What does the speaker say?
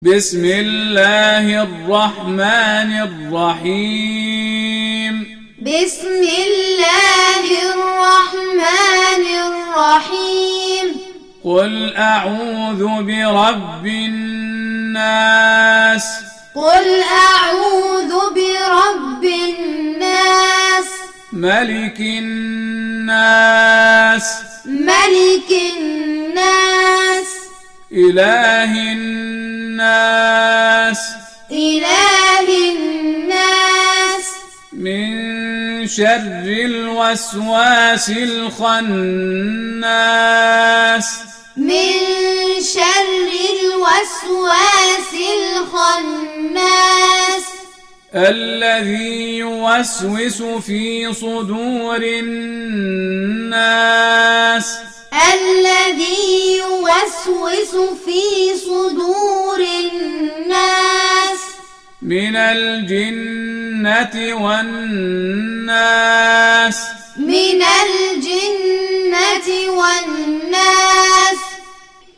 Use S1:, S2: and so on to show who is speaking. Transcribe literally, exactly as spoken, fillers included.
S1: بسم الله الرحمن الرحيم
S2: بسم الله الرحمن الرحيم
S1: قل أعوذ برب الناس
S2: قل أعوذ برب الناس
S1: ملك الناس
S2: ملك الناس
S1: إله الناس
S2: إله الناس
S1: من شر الوسواس الخناس
S2: من شر الوسواس الخناس
S1: الذي يوسوس في صدور الناس
S2: الذي يوسوس في صدور الناس
S1: من الجنة والناس